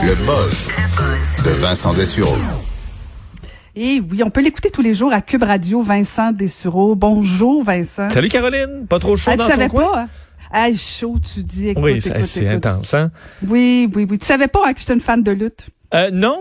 Le buzz de Vincent Dessureau. Et oui, on peut l'écouter tous les jours à Cube Radio, Vincent Dessureau. Bonjour, Vincent. Salut Caroline, pas trop chaud dans ton coin? Tu savais pas, hein? Ah, chaud, tu dis. Écoute, oui, écoute, c'est intense, hein? Oui. Tu savais pas que j'étais une fan de lutte? Non.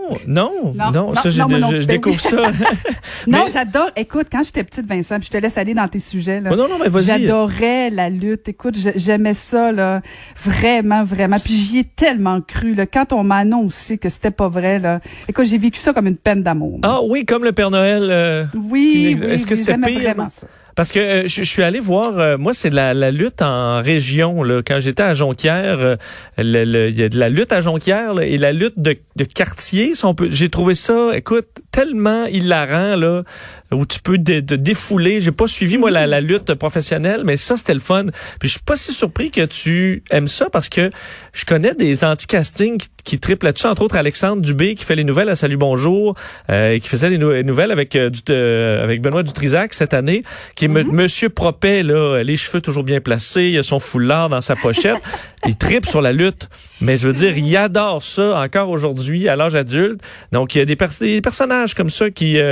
Ça, je découvre ça. Non, j'adore. Écoute, quand j'étais petite, Vincent, puis je te laisse aller dans tes sujets, là. Non, mais vas-y. J'adorais la lutte. Écoute, j'aimais ça, là. Vraiment. Puis j'y ai tellement cru, là. Quand on m'a annoncé que c'était pas vrai, là. Écoute, j'ai vécu ça comme une peine d'amour. Ah oui, comme le Père Noël. Oui, Est-ce que c'était j'aimais pire? Vraiment ça. Parce que je suis allé voir, moi c'est de la lutte en région. Là. Quand j'étais à Jonquière, il y a de la lutte à Jonquière là, et la lutte de quartier. J'ai trouvé ça, écoute, tellement hilarant là, où tu peux te défouler. J'ai pas suivi moi la lutte professionnelle, mais ça c'était le fun. Puis je suis pas si surpris que tu aimes ça parce que je connais des anti-castings qui triplent là-dessus, entre autres Alexandre Dubé qui fait les nouvelles à Salut Bonjour, et qui faisait les nouvelles avec Benoît Dutrisac cette année, qui est Monsieur Propet, là, les cheveux toujours bien placés, il a son foulard dans sa pochette, il tripe sur la lutte. Mais je veux dire, il adore ça encore aujourd'hui, à l'âge adulte. Donc, il y a des personnages comme ça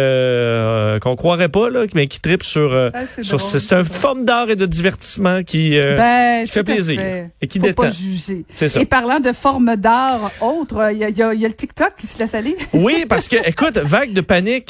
qu'on croirait pas, là, mais qui tripent sur c'est une forme d'art et de divertissement qui fait plaisir et qui détend. Pas juger. C'est ça. Et parlant de forme d'art autre, il y a le TikTok qui se laisse aller. Oui, parce que, écoute, vague de panique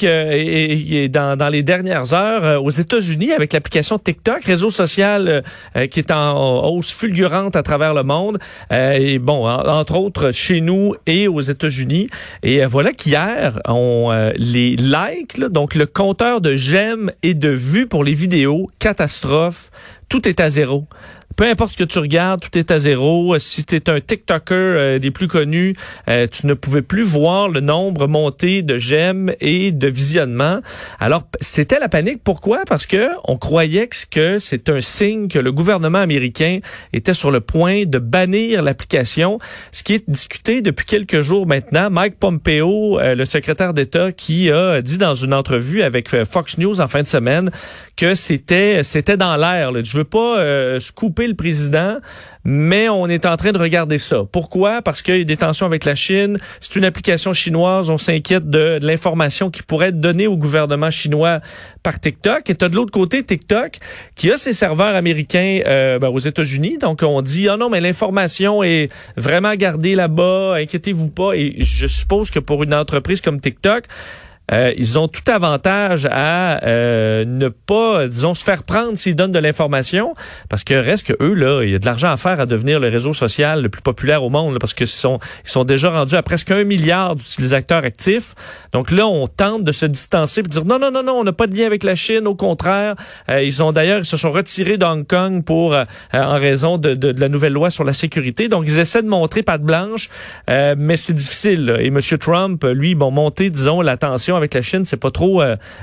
dans les dernières heures aux États-Unis avec l'application TikTok, réseau social qui est en hausse fulgurante à travers le monde. Et bon, entre autres chez nous et aux États-Unis. Et voilà qu'hier, les likes, là, donc le compteur de j'aime et de vues pour les vidéos, catastrophe, tout est à zéro. Peu importe ce que tu regardes, tout est à zéro. Si tu es un TikToker des plus connus, tu ne pouvais plus voir le nombre monté de j'aime et de visionnements. Alors, c'était la panique. Pourquoi? Parce que on croyait que c'est un signe que le gouvernement américain était sur le point de bannir l'application, ce qui est discuté depuis quelques jours maintenant. Mike Pompeo, le secrétaire d'État, qui a dit dans une entrevue avec Fox News en fin de semaine que c'était dans l'air. Là. Je veux pas couper le président, mais on est en train de regarder ça. Pourquoi? Parce qu'il y a des tensions avec la Chine. C'est une application chinoise. On s'inquiète de l'information qui pourrait être donnée au gouvernement chinois par TikTok. Et t'as de l'autre côté TikTok qui a ses serveurs américains aux États-Unis. Donc on dit non, mais l'information est vraiment gardée là-bas. Inquiétez-vous pas. Et je suppose que pour une entreprise comme TikTok, ils ont tout avantage à ne pas, disons, se faire prendre s'ils donnent de l'information, parce que reste que eux, là, il y a de l'argent à faire à devenir le réseau social le plus populaire au monde, là, parce que ils sont déjà rendus à presque 1 milliard d'utilisateurs actifs. Donc là, on tente de se distancer et de dire non, on n'a pas de lien avec la Chine, au contraire. Ils se sont retirés d'Hong Kong en raison de la nouvelle loi sur la sécurité. Donc ils essaient de montrer patte blanche, mais c'est difficile, là. Et M. Trump, lui, monter, disons, la tension avec la Chine, c'est pas trop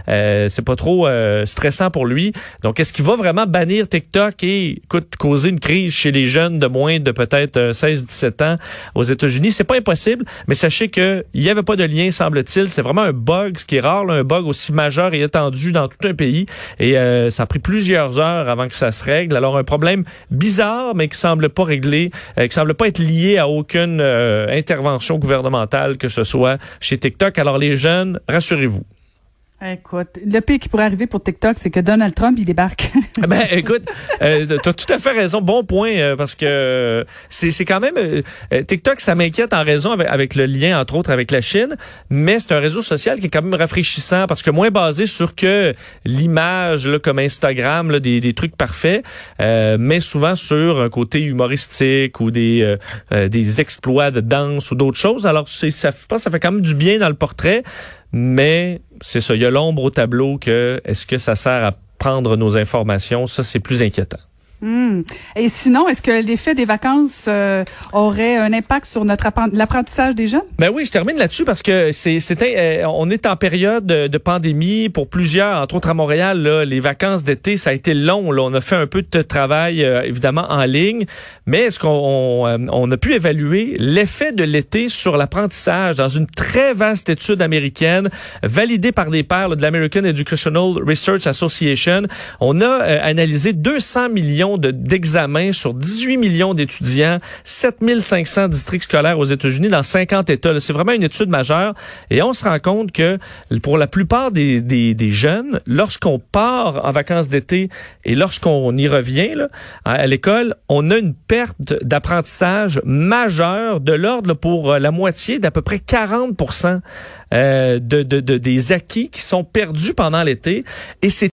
stressant pour lui. Donc, est-ce qu'il va vraiment bannir TikTok et causer une crise chez les jeunes de moins de peut-être 16-17 ans aux États-Unis? C'est pas impossible, mais sachez que il y avait pas de lien, semble-t-il. C'est vraiment un bug, ce qui est rare, là, un bug aussi majeur et étendu dans tout un pays. Et ça a pris plusieurs heures avant que ça se règle. Alors, un problème bizarre, mais qui semble pas réglé, qui semble pas être lié à aucune intervention gouvernementale que ce soit chez TikTok. Alors, les jeunes, rassurez-vous. Écoute, le pire qui pourrait arriver pour TikTok, c'est que Donald Trump, il débarque. Écoute, t'as tout à fait raison. Bon point, parce que c'est quand même... TikTok, ça m'inquiète en raison avec le lien, entre autres, avec la Chine, mais c'est un réseau social qui est quand même rafraîchissant, parce que moins basé sur que l'image, là, comme Instagram, là, des trucs parfaits, mais souvent sur un côté humoristique ou des exploits de danse ou d'autres choses. Alors, je pense que ça fait quand même du bien dans le portrait. Mais c'est ça, il y a l'ombre au tableau que est-ce que ça sert à prendre nos informations? Ça, c'est plus inquiétant. Et sinon, est-ce que l'effet des vacances aurait un impact sur l'apprentissage des jeunes? Ben oui, je termine là-dessus parce que on est en période de pandémie pour plusieurs, entre autres à Montréal. Là, les vacances d'été, ça a été long. Là, on a fait un peu de travail évidemment en ligne, mais est-ce qu'on a pu évaluer l'effet de l'été sur l'apprentissage dans une très vaste étude américaine validée par des pairs là, de l'American Educational Research Association? On a analysé 200 millions millions d'examens sur 18 millions d'étudiants, 7500 districts scolaires aux États-Unis dans 50 États. Là, c'est vraiment une étude majeure et on se rend compte que pour la plupart des jeunes, lorsqu'on part en vacances d'été et lorsqu'on y revient là, à l'école, on a une perte d'apprentissage majeure de l'ordre pour la moitié, d'à peu près 40% des acquis qui sont perdus pendant l'été. Et c'est